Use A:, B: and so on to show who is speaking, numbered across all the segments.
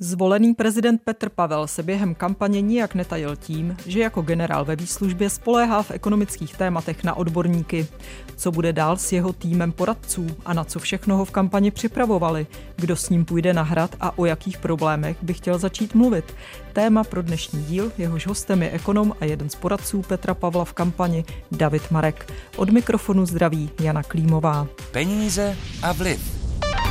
A: Zvolený prezident Petr Pavel se během kampaně nijak netajil tím, že jako generál ve výslužbě spoléhá v ekonomických tématech na odborníky. Co bude dál s jeho týmem poradců a na co všechno ho v kampani připravovali, kdo s ním půjde na hrad a o jakých problémech by chtěl začít mluvit. Téma pro dnešní díl, jehož hostem je ekonom a jeden z poradců Petra Pavla v kampani, David Marek. Od mikrofonu zdraví Jana Klímová.
B: Peníze a vliv.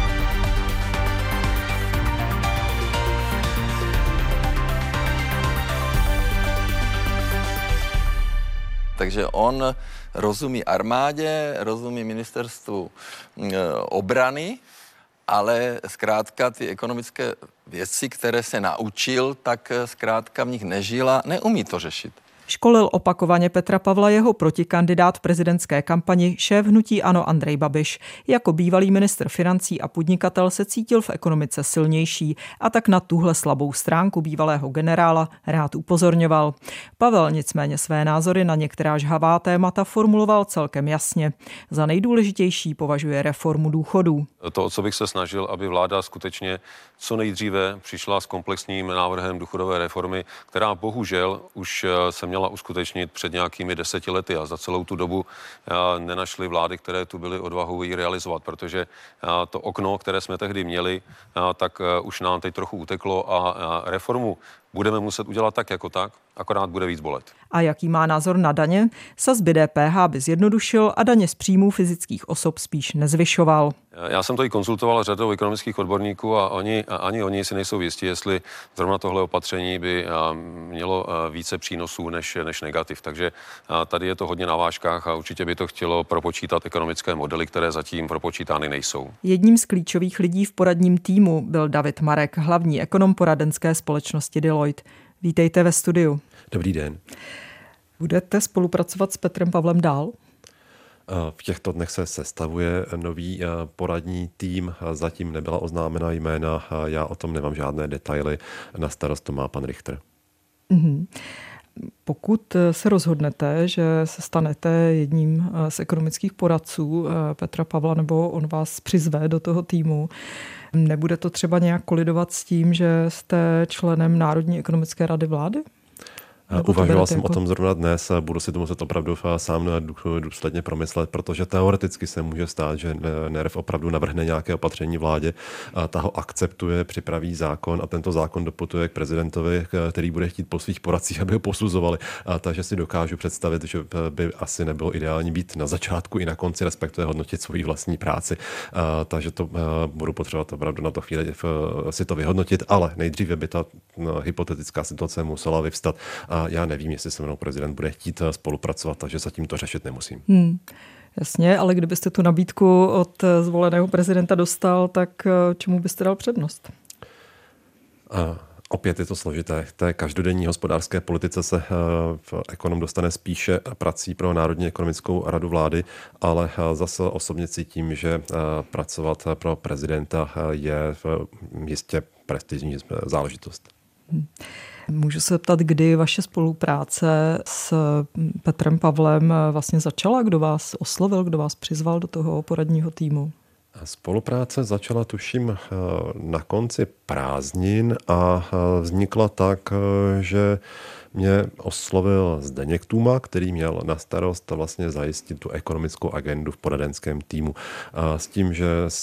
B: Takže on rozumí armádě, rozumí ministerstvu obrany, ale zkrátka ty ekonomické věci, které se naučil, tak zkrátka v nich nežil a neumí to řešit.
A: Školil opakovaně Petra Pavla jeho protikandidát v prezidentské kampani, šéf hnutí ANO Andrej Babiš. Jako bývalý ministr financí a podnikatel se cítil v ekonomice silnější a tak na tuhle slabou stránku bývalého generála rád upozorňoval. Pavel nicméně své názory na některá žhavá témata formuloval celkem jasně. Za nejdůležitější považuje reformu důchodů.
C: To, o co bych se snažil, aby vláda skutečně co nejdříve přišla s komplexním návrhem důchodové reformy, která bohužel už se měla uskutečnit před nějakými 10 lety a za celou tu dobu nenašly vlády, které tu byly odvahu ji realizovat, protože to okno, které jsme tehdy měli, tak už nám teď trochu uteklo a reformu budeme muset udělat tak jako tak, akorát bude víc bolet.
A: A jaký má názor na daně? Sazby DPH by zjednodušil a daně z příjmů fyzických osob spíš nezvyšoval.
C: Já jsem to i konzultoval řadou ekonomických odborníků a ani oni si nejsou jistí, jestli zrovna tohle opatření by mělo více přínosů než negativ. Takže tady je to hodně na vážkách a určitě by to chtělo propočítat ekonomické modely, které zatím propočítány nejsou.
A: Jedním z klíčových lidí v poradním týmu byl David Marek, hlavní ekonom poradenské společnosti Deloitte. Vítejte ve studiu.
D: Dobrý den.
A: Budete spolupracovat s Petrem Pavlem dál?
D: V těchto dnech se sestavuje nový poradní tým, zatím nebyla oznámena jména, já o tom nemám žádné detaily, na starost to má pan Richter.
A: Mm-hmm. Pokud se rozhodnete, že se stanete jedním z ekonomických poradců Petra Pavla nebo on vás přizve do toho týmu, nebude to třeba nějak kolidovat s tím, že jste členem Národní ekonomické rady vlády?
D: Uvažoval jsem o tom zrovna dnes a budu si to muset opravdu sám důsledně promyslet, protože teoreticky se může stát, že NERV opravdu navrhne nějaké opatření vládě, a ta ho akceptuje, připraví zákon a tento zákon doputuje k prezidentovi, který bude chtít po svých poradcích, aby ho posuzovali. Takže si dokážu představit, že by asi nebylo ideální být na začátku i na konci, respektive hodnotit svoji vlastní práci. Takže to budu potřebovat opravdu na to chvíli si to vyhodnotit, ale nejdříve by ta hypotetická situace musela vyvstat. Já nevím, jestli se mnou prezident bude chtít spolupracovat, takže zatím to řešit nemusím.
A: Jasně, ale kdybyste tu nabídku od zvoleného prezidenta dostal, tak čemu byste dal přednost?
D: Opět je to složité. V té každodenní hospodářské politice se ekonom dostane spíše prací pro Národní ekonomickou radu vlády, ale zase osobně cítím, že pracovat pro prezidenta je jistě prestižní záležitost.
A: Můžu se ptat, kdy vaše spolupráce s Petrem Pavlem vlastně začala? Kdo vás oslovil, kdo vás přizval do toho poradního týmu?
D: Spolupráce začala, tuším, na konci prázdnin a vznikla tak, že mě oslovil Zdeněk Tůma, který měl na starost vlastně zajistit tu ekonomickou agendu v poradenském týmu. S tím,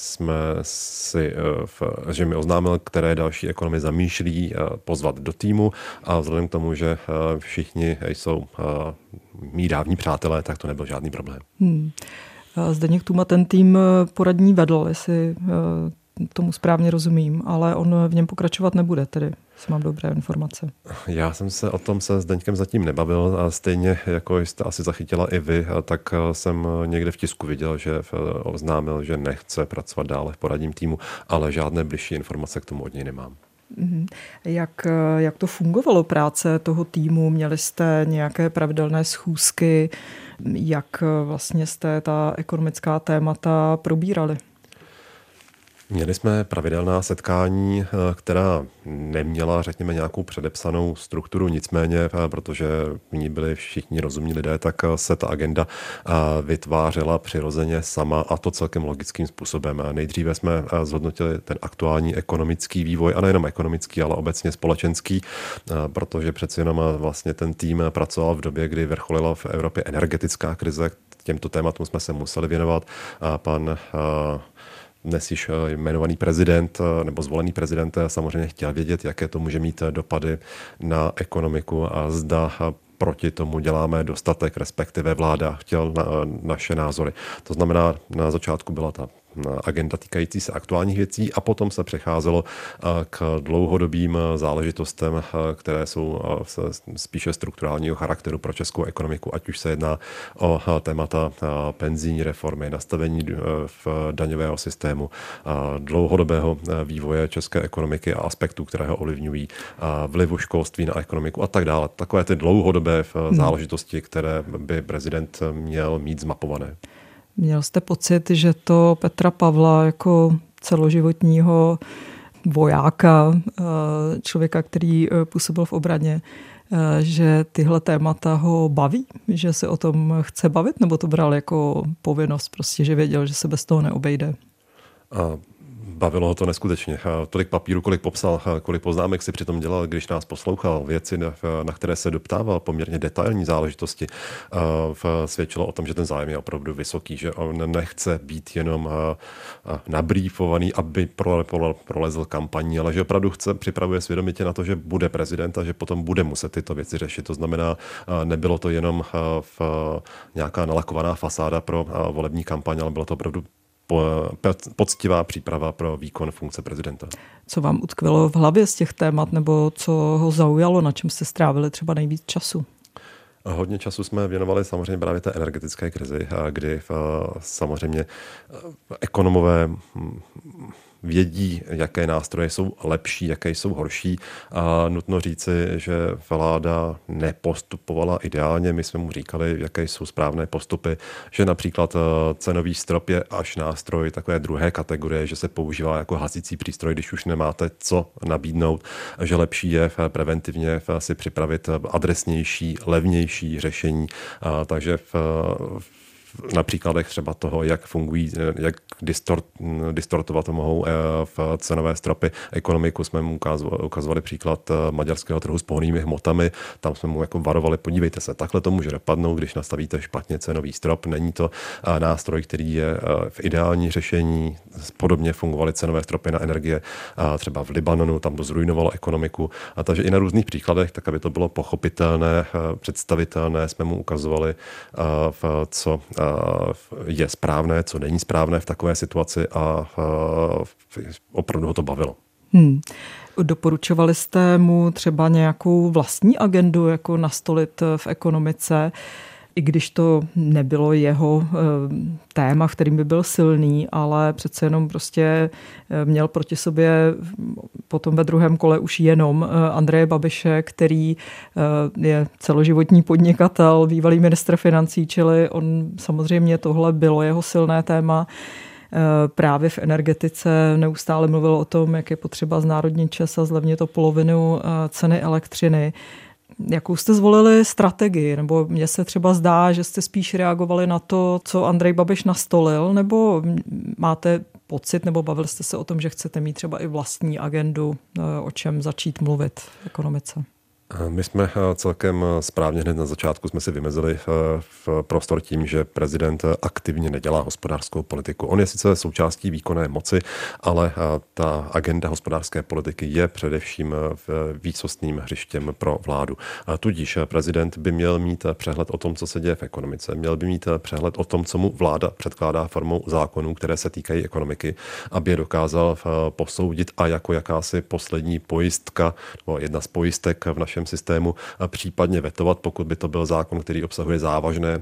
D: že mi oznámil, které další ekonomy zamýšlí pozvat do týmu a vzhledem k tomu, že všichni jsou mí dávní přátelé, tak to nebyl žádný problém.
A: Zdeněk Tůma ten tým poradní vedl, jestli tomu správně rozumím, ale on v něm pokračovat nebude, tedy si mám dobré informace.
D: Já jsem se o tom se Zdeňkem zatím nebavil a stejně, jako jste asi zachytila i vy, tak jsem někde v tisku viděl, že oznámil, že nechce pracovat dále v poradním týmu, ale žádné bližší informace k tomu od něj nemám.
A: Jak to fungovalo práce toho týmu? Měli jste nějaké pravidelné schůzky? Jak vlastně jste ta ekonomická témata probírali?
D: Měli jsme pravidelná setkání, která neměla, řekněme, nějakou předepsanou strukturu, nicméně, protože v ní byli všichni rozumní lidé, tak se ta agenda vytvářela přirozeně sama, a to celkem logickým způsobem. Nejdříve jsme zhodnotili ten aktuální ekonomický vývoj, a nejenom ekonomický, ale obecně společenský, protože přeci jenom vlastně ten tým pracoval v době, kdy vrcholila v Evropě energetická krize. Těmto tématům jsme se museli věnovat. Pan dnes již jmenovaný prezident nebo zvolený prezident samozřejmě chtěl vědět, jaké to může mít dopady na ekonomiku a zda proti tomu děláme dostatek, respektive vláda chtěl naše názory. To znamená, na začátku byla ta agenda týkající se aktuálních věcí a potom se přecházelo k dlouhodobým záležitostem, které jsou spíše strukturálního charakteru pro českou ekonomiku, ať už se jedná o témata penzijní reformy, nastavení v daňového systému, dlouhodobého vývoje české ekonomiky a aspektů, které ho ovlivňují, vlivu školství na ekonomiku a tak dále. Takové ty dlouhodobé záležitosti, které by prezident měl mít zmapované.
A: Měl jste pocit, že to Petra Pavla jako celoživotního vojáka, člověka, který působil v obraně, že tyhle témata ho baví? Že se o tom chce bavit? Nebo to bral jako povinnost, prostě, že věděl, že se bez toho neobejde?
D: Bavilo ho to neskutečně. Tolik papíru, kolik popsal, kolik poznámek si přitom dělal, když nás poslouchal, věci, na které se doptával, poměrně detailní záležitosti, svědčilo o tom, že ten zájem je opravdu vysoký, že on nechce být jenom nabrýfovaný, aby prolezl kampaní, ale že opravdu připravuje svědomitě na to, že bude prezident a že potom bude muset tyto věci řešit. To znamená, nebylo to jenom nějaká nalakovaná fasáda pro volební kampaň, ale bylo to opravdu poctivá příprava pro výkon funkce prezidenta.
A: Co vám utkvělo v hlavě z těch témat, nebo co ho zaujalo, na čem jste strávili třeba nejvíc času?
D: Hodně času jsme věnovali samozřejmě právě té energetické krizi, kdy samozřejmě ekonomové vědí, jaké nástroje jsou lepší, jaké jsou horší. A nutno říci, že vláda nepostupovala ideálně. My jsme mu říkali, jaké jsou správné postupy, že například cenový strop je až nástroj takové druhé kategorie, že se používá jako hasící přístroj, když už nemáte co nabídnout, že lepší je preventivně si připravit adresnější, levnější řešení. Takže na příkladech třeba toho, jak fungují, jak distortovat mohou v cenové stropy ekonomiku, jsme mu ukazovali příklad maďarského trhu s pohonnými hmotami. Tam jsme mu jako varovali, podívejte se, takhle to může dopadnout, když nastavíte špatně cenový strop. Není to nástroj, který je v ideální řešení. Podobně fungovaly cenové stropy na energie třeba v Libanonu, tam to zrujnovalo ekonomiku. Takže i na různých příkladech, tak aby to bylo pochopitelné, představitelné, jsme mu ukazovali, co je správné, co není správné v takové situaci, a opravdu ho to bavilo.
A: Doporučovali jste mu třeba nějakou vlastní agendu, jako nastolit v ekonomice, i když to nebylo jeho téma, v kterým by byl silný, ale přece jenom prostě měl proti sobě potom ve druhém kole už jenom Andreje Babiše, který je celoživotní podnikatel, bývalý ministr financí, čili on samozřejmě tohle bylo jeho silné téma. Právě v energetice neustále mluvil o tom, jak je potřeba znárodnit ČEZ a zlevnit o polovinu ceny elektřiny. Jakou jste zvolili strategii? Nebo mně se třeba zdá, že jste spíš reagovali na to, co Andrej Babiš nastolil, nebo máte pocit, nebo bavili jste se o tom, že chcete mít třeba i vlastní agendu, o čem začít mluvit v ekonomice?
D: My jsme celkem správně hned na začátku jsme si vymezili v prostor tím, že prezident aktivně nedělá hospodářskou politiku. On je sice součástí výkonné moci, ale ta agenda hospodářské politiky je především výsostným hřištěm pro vládu. Tudíž prezident by měl mít přehled o tom, co se děje v ekonomice. Měl by mít přehled o tom, co mu vláda předkládá formou zákonů, které se týkají ekonomiky, aby je dokázal posoudit a jako jakási poslední pojistka, nebo jedna z pojistek v našem systému, a případně vetovat, pokud by to byl zákon, který obsahuje závažné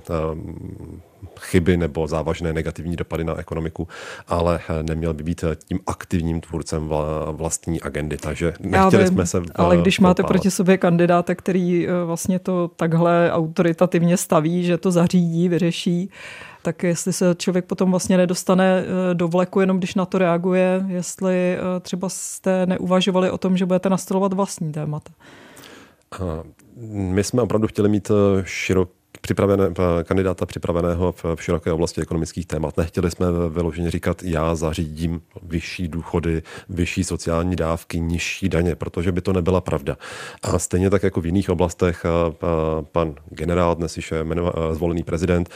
D: chyby nebo závažné negativní dopady na ekonomiku, ale neměl by být tím aktivním tvůrcem vlastní agendy. Takže nechtěli jsme se
A: ale když máte proti sobě kandidáta, který vlastně to takhle autoritativně staví, že to zařídí, vyřeší, Tak jestli se člověk potom vlastně nedostane do vleku, jenom když na to reaguje, jestli třeba jste neuvažovali o tom, že budete nastolovat vlastní témata.
D: My jsme opravdu chtěli mít kandidáta připraveného v široké oblasti ekonomických témat. Nechtěli jsme vyloženě říkat, já zařídím vyšší důchody, vyšší sociální dávky, nižší daně, protože by to nebyla pravda. A stejně tak jako v jiných oblastech pan generál, dnes již zvolený prezident,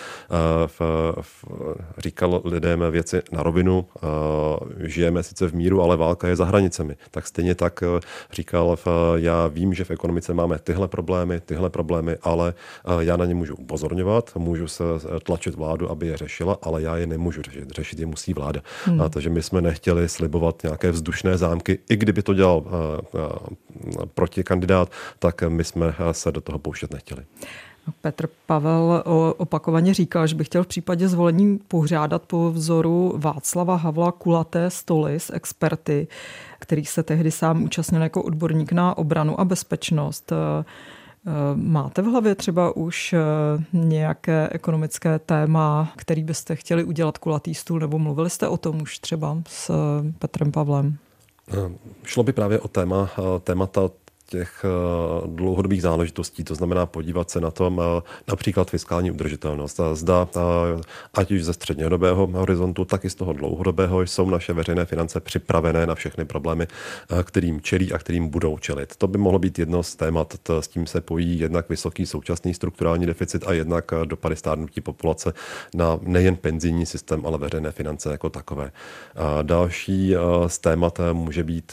D: říkal lidem věci na rovinu. Žijeme sice v míru, ale válka je za hranicemi. Tak stejně tak říkal, já vím, že v ekonomice máme tyhle problémy, ale já na ně můžu upozorňovat, můžu se tlačit vládu, aby je řešila, ale já je nemůžu řešit. Řešit je musí vláda. Takže my jsme nechtěli slibovat nějaké vzdušné zámky, i kdyby to dělal protikandidát, tak my jsme se do toho pouštět nechtěli.
A: Petr Pavel opakovaně říkal, že by chtěl v případě zvolení pořádat po vzoru Václava Havla kulaté stoly s experty, který se tehdy sám účastnil jako odborník na obranu a bezpečnost. Máte v hlavě třeba už nějaké ekonomické téma, který byste chtěli udělat kulatý stůl, nebo mluvili jste o tom už třeba s Petrem Pavlem?
D: Šlo by právě o témata těch dlouhodobých záležitostí, to znamená podívat se na tom například fiskální udržitelnost. Zda ať už ze střednědobého horizontu, tak i z toho dlouhodobého jsou naše veřejné finance připravené na všechny problémy, kterým čelí a kterým budou čelit. To by mohlo být jedno z témat, s tím se pojí jednak vysoký současný strukturální deficit a jednak dopady stárnutí populace na nejen penzijní systém, ale veřejné finance jako takové. Další z témat může být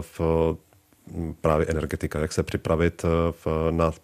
D: právě energetika, jak se připravit na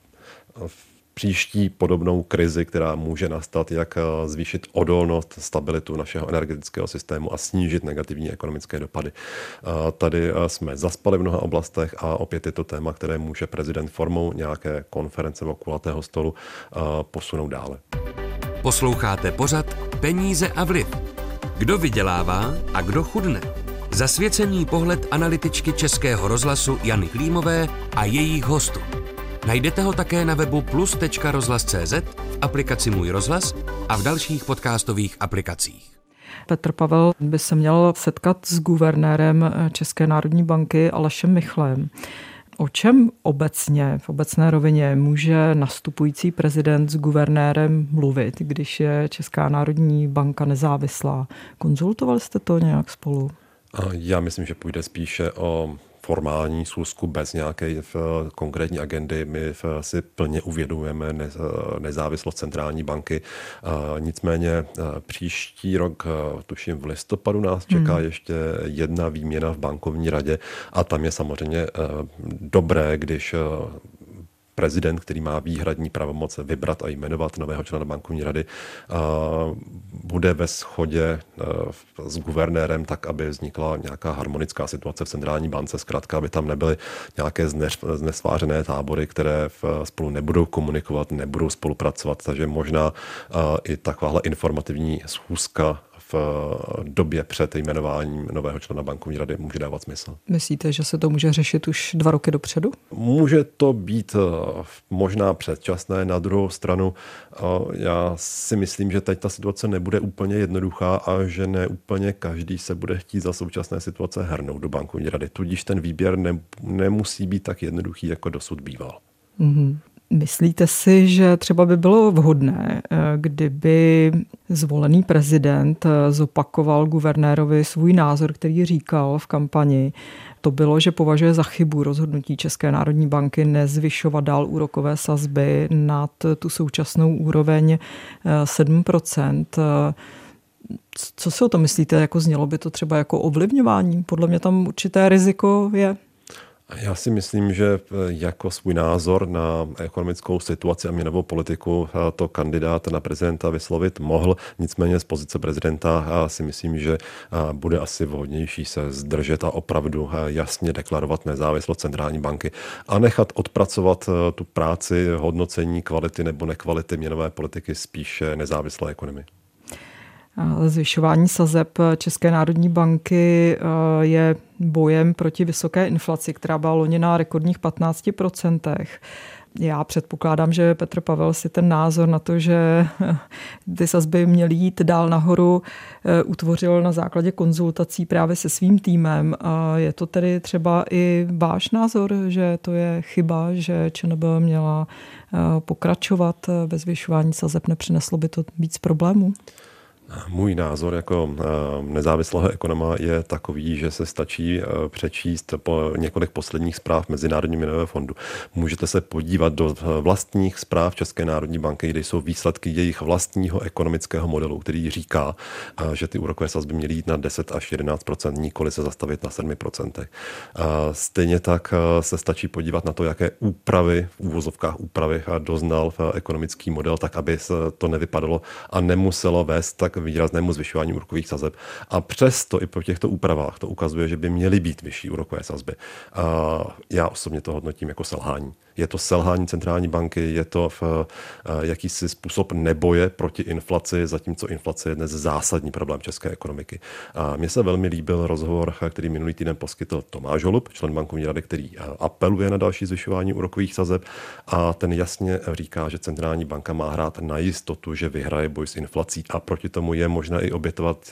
D: příští podobnou krizi, která může nastat, jak zvýšit odolnost, stabilitu našeho energetického systému a snížit negativní ekonomické dopady. Tady jsme zaspali v mnoha oblastech a opět je to téma, které může prezident formou nějaké konference nebo kulatého stolu posunout dále.
E: Posloucháte pořad Peníze a vliv. Kdo vydělává a kdo chudne? Zasvěcený pohled analytičky Českého rozhlasu Jany Klímové a jejích hostů. Najdete ho také na webu plus.rozhlas.cz, v aplikaci Můj rozhlas a v dalších podcastových aplikacích.
A: Petr Pavel by se měl setkat s guvernérem České národní banky Alešem Michlem. O čem obecně, v obecné rovině, může nastupující prezident s guvernérem mluvit, když je Česká národní banka nezávislá? Konzultovali jste to nějak spolu?
D: Já myslím, že půjde spíše o formální schůzku bez nějaké konkrétní agendy. My si plně uvědomujeme nezávislost centrální banky. Nicméně příští rok, tuším v listopadu, nás čeká ještě jedna výměna v bankovní radě a tam je samozřejmě dobré, když prezident, který má výhradní pravomoc vybrat a jmenovat nového člena bankovní rady, bude ve shodě s guvernérem tak, aby vznikla nějaká harmonická situace v centrální bance, zkrátka, aby tam nebyly nějaké znesvářené tábory, které spolu nebudou komunikovat, nebudou spolupracovat, takže možná i takováhle informativní schůzka v době před jmenováním nového člena bankovní rady může dávat smysl.
A: Myslíte, že se to může řešit už 2 roky dopředu?
D: Může to být možná předčasné. Na druhou stranu já si myslím, že teď ta situace nebude úplně jednoduchá a že ne úplně každý se bude chtít za současné situace hrnout do bankovní rady. Tudíž ten výběr nemusí být tak jednoduchý, jako dosud býval.
A: Mm-hmm. Myslíte si, že třeba by bylo vhodné, kdyby zvolený prezident zopakoval guvernérovi svůj názor, který říkal v kampani? To bylo, že považuje za chybu rozhodnutí České národní banky nezvyšovat dál úrokové sazby nad tu současnou úroveň 7%. Co si o to myslíte? Jako znělo by to třeba jako ovlivňování? Podle mě tam určité riziko je.
D: Já si myslím, že jako svůj názor na ekonomickou situaci a měnovou politiku to kandidát na prezidenta vyslovit mohl. Nicméně z pozice prezidenta si myslím, že bude asi vhodnější se zdržet a opravdu jasně deklarovat nezávislost centrální banky a nechat odpracovat tu práci hodnocení kvality nebo nekvality měnové politiky spíše nezávislé ekonomii.
A: Zvyšování sazeb České národní banky je bojem proti vysoké inflaci, která byla loni na rekordních 15%. Já předpokládám, že Petr Pavel si ten názor na to, že ty sazby měly jít dál nahoru, utvořil na základě konzultací právě se svým týmem. A je to tedy třeba i váš názor, že to je chyba, že ČNB měla pokračovat ve zvyšování sazeb, nepřineslo by to víc problémů?
D: Můj názor jako nezávislého ekonoma je takový, že se stačí přečíst po několik posledních zpráv Mezinárodního měnového fondu. Můžete se podívat do vlastních zpráv České národní banky, kde jsou výsledky jejich vlastního ekonomického modelu, který říká, že ty úrokové sazby měly jít na 10 až 11%, nikoli se zastavit na 7%. Stejně tak se stačí podívat na to, jaké úpravy, v úvozovkách úpravy doznal ekonomický model, tak aby se to nevypadalo a nemuselo vést tak výraznému zvyšování úrokových sazeb. A přesto i po těchto úpravách to ukazuje, že by měly být vyšší úrokové sazby. Já osobně to hodnotím jako selhání. Je to selhání centrální banky, je to jakýsi způsob neboje proti inflaci, zatímco inflace je dnes zásadní problém české ekonomiky. Mně se velmi líbil rozhovor, který minulý týden poskytl Tomáš Holub, člen bankovní rady, který apeluje na další zvyšování úrokových sazeb a ten jasně říká, že centrální banka má hrát na jistotu, že vyhraje boj s inflací a proti tomu je možné i obětovat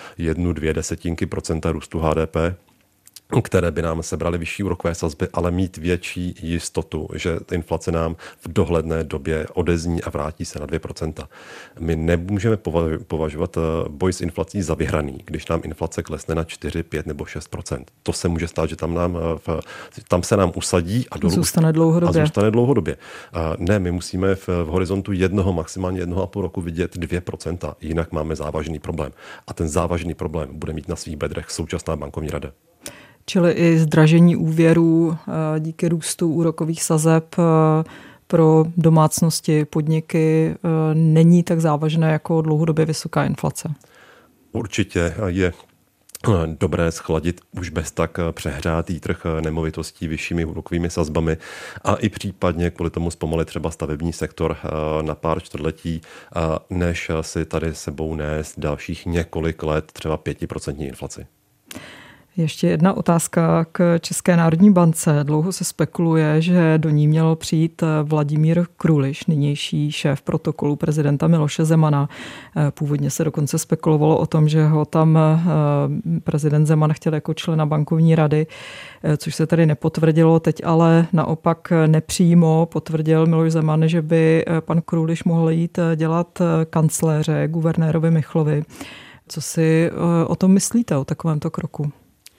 D: 1-2% růstu HDP, které by nám sebraly vyšší úrokové sazby, ale mít větší jistotu, že inflace nám v dohledné době odezní a vrátí se na 2%. My nemůžeme považovat boj s inflací za vyhraný, když nám inflace klesne na 4, 5 nebo 6%. To se může stát, že tam se nám usadí a
A: zůstane
D: dlouhodobě. Ne, my musíme v horizontu maximálně 1,5 roku vidět 2%, jinak máme závažný problém. A ten závažný problém bude mít na svých bedrech současná bankovní rada.
A: Čili i zdražení úvěrů díky růstu úrokových sazeb pro domácnosti, podniky není tak závažné jako dlouhodobě vysoká inflace.
D: Určitě je dobré schladit už bez tak přehrátý trh nemovitostí vyššími úrokovými sazbami a i případně kvůli tomu zpomalit třeba stavební sektor na pár čtvrtletí, než si tady sebou nést dalších několik let třeba 5% inflaci.
A: Ještě jedna otázka k České národní bance. Dlouho se spekuluje, že do ní měl přijít Vladimír Kruliš, nynější šéf protokolu prezidenta Miloše Zemana. Původně se dokonce spekulovalo o tom, že ho tam prezident Zeman chtěl jako člena bankovní rady, což se tady nepotvrdilo. Teď ale naopak nepřímo potvrdil Miloš Zeman, že by pan Kruliš mohl jít dělat kancléře guvernérovi Michlovi. Co si o tom myslíte, o takovémto kroku?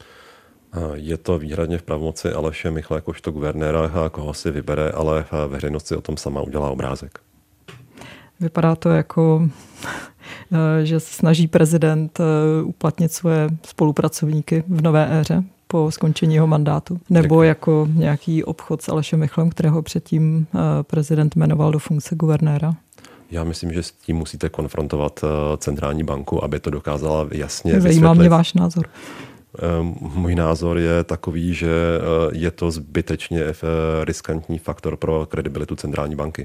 D: Je to výhradně v pravomoci Aleše Michla jakožto guvernéra, koho si vybere, ale veřejnost si o tom sama udělá obrázek.
A: Vypadá to jako, že se snaží prezident uplatnit svoje spolupracovníky v nové éře po skončení jeho mandátu. Nebo jako nějaký obchod s Alešem Michlem, kterého předtím prezident jmenoval do funkce guvernéra.
D: Já myslím, že s tím musíte konfrontovat centrální banku, aby to dokázala jasně vysvětlit.
A: Zajímá mě váš názor.
D: Můj názor je takový, že je to zbytečně riskantní faktor pro kredibilitu centrální banky.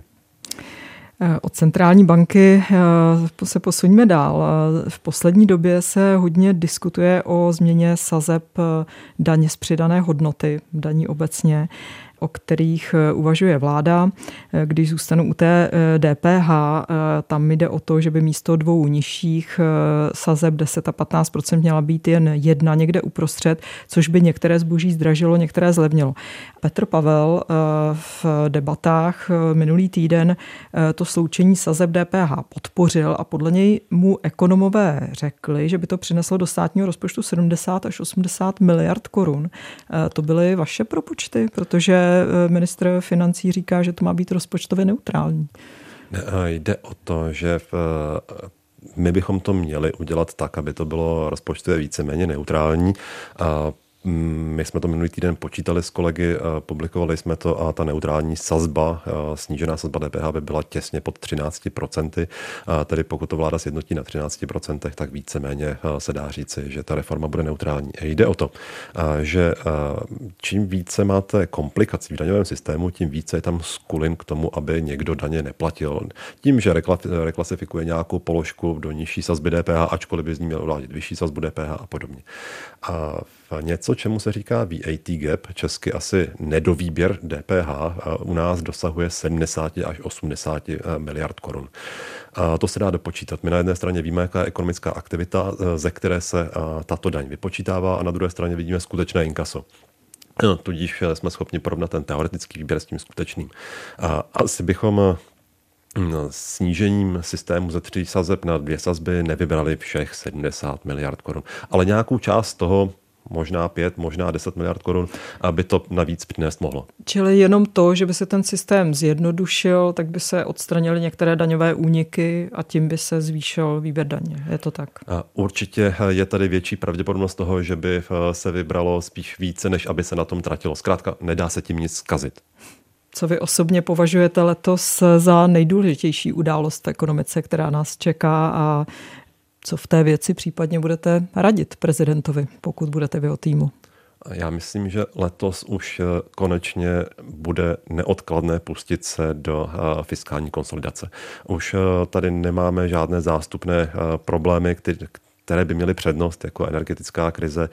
A: Od centrální banky se posuňme dál. V poslední době se hodně diskutuje o změně sazeb daně z přidané hodnoty, daní obecně, o kterých uvažuje vláda. Když zůstanu u té DPH, tam jde o to, že by místo 2 nižších sazeb 10 a 15% měla být jen jedna někde uprostřed, což by některé zboží zdražilo, některé zlevnilo. Petr Pavel v debatách minulý týden to sloučení sazeb DPH podpořil a podle něj mu ekonomové řekli, že by to přineslo do státního rozpočtu 70 až 80 miliard korun. To byly vaše propočty, protože ministr financí říká, že to má být rozpočtově neutrální.
D: Jde o to, že my bychom to měli udělat tak, aby to bylo rozpočtově víceméně neutrální. My jsme to minulý týden počítali s kolegy, publikovali jsme to a ta neutrální sazba, snížená sazba DPH by byla těsně pod 13%. Tedy pokud to vláda sjednotí na 13%, tak víceméně se dá říci, že ta reforma bude neutrální. Jde o to, že čím více máte komplikací v daňovém systému, tím více je tam skulin k tomu, aby někdo daně neplatil. Tím, že reklasifikuje nějakou položku do nižší sazby DPH, ačkoliv by z ní měl uvádět vyšší sazbu DPH a podobně. Něco, čemu se říká VAT gap, česky asi nedovýběr DPH, u nás dosahuje 70 až 80 miliard korun. To se dá dopočítat. My na jedné straně víme, jaká je ekonomická aktivita, ze které se tato daň vypočítává, a na druhé straně vidíme skutečné inkaso. Tudíž jsme schopni porovnat ten teoretický výběr s tím skutečným. Asi bychom snížením systému ze 3 sazeb na 2 sazby nevybrali všech 70 miliard korun. Ale nějakou část toho, možná 5, možná 10 miliard korun, aby to navíc přinést mohlo.
A: Čili jenom to, že by se ten systém zjednodušil, tak by se odstranily některé daňové úniky a tím by se zvýšil výběr daně. Je to tak?
D: Určitě je tady větší pravděpodobnost toho, že by se vybralo spíš více, než aby se na tom tratilo. Zkrátka, nedá se tím nic zkazit.
A: Co vy osobně považujete letos za nejdůležitější událost v ekonomice, která nás čeká, a co v té věci případně budete radit prezidentovi, pokud budete v jeho týmu?
D: Já myslím, že letos už konečně bude neodkladné pustit se do fiskální konsolidace. Už tady nemáme žádné zástupné problémy, které by měly přednost, jako energetická krize,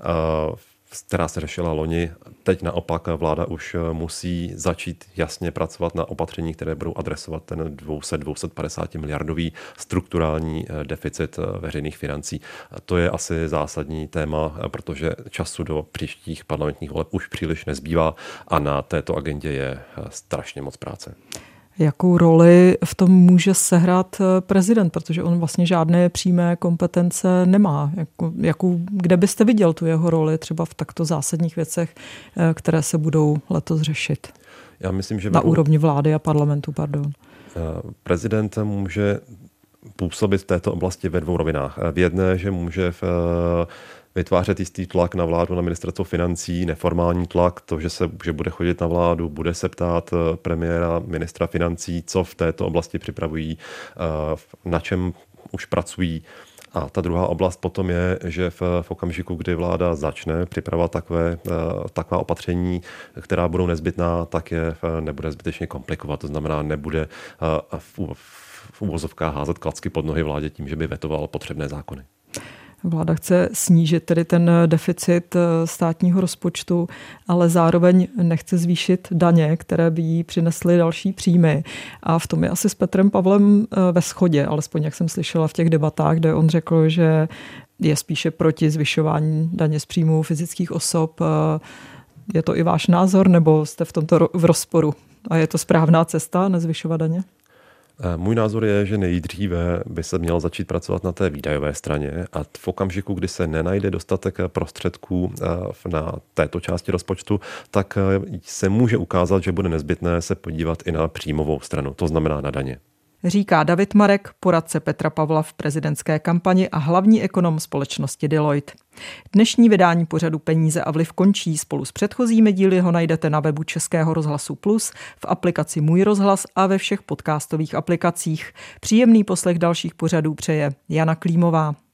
D: která se řešila loni. Teď naopak vláda už musí začít jasně pracovat na opatření, které budou adresovat ten 200-250 miliardový strukturální deficit veřejných financí. To je asi zásadní téma, protože času do příštích parlamentních voleb už příliš nezbývá a na této agendě je strašně moc práce.
A: Jakou roli v tom může sehrát prezident, protože on vlastně žádné přímé kompetence nemá. Kde byste viděl tu jeho roli třeba v takto zásadních věcech, které se budou letos řešit?
D: Já myslím, že
A: na úrovni vlády a parlamentu, pardon.
D: Prezident může působit v této oblasti ve 2 rovinách. V jedné, že může vytvářet jistý tlak na vládu, na ministerstvo financí, neformální tlak, to, že bude chodit na vládu, bude se ptát premiéra, ministra financí, co v této oblasti připravují, na čem už pracují. A ta druhá oblast potom je, že v okamžiku, kdy vláda začne připravovat taková opatření, která budou nezbytná, tak je nebude zbytečně komplikovat. To znamená, nebude v uvozovkách házet klacky pod nohy vládě tím, že by vetoval potřebné zákony.
A: Vláda chce snížit tedy ten deficit státního rozpočtu, ale zároveň nechce zvýšit daně, které by jí přinesly další příjmy. A v tom je asi s Petrem Pavlem ve shodě, alespoň jak jsem slyšela v těch debatách, kde on řekl, že je spíše proti zvyšování daně z příjmů fyzických osob. Je to i váš názor, nebo jste v tomto v rozporu? A je to správná cesta, nezvyšovat daně?
D: Můj názor je, že nejdříve by se měl začít pracovat na té výdajové straně a v okamžiku, kdy se nenajde dostatek prostředků na této části rozpočtu, tak se může ukázat, že bude nezbytné se podívat i na příjmovou stranu, to znamená na daně.
A: Říká David Marek, poradce Petra Pavla v prezidentské kampani a hlavní ekonom společnosti Deloitte. Dnešní vydání pořadu Peníze a vliv končí. Spolu s předchozími díly ho najdete na webu Českého rozhlasu Plus, v aplikaci Můj rozhlas a ve všech podcastových aplikacích. Příjemný poslech dalších pořadů přeje Jana Klímová.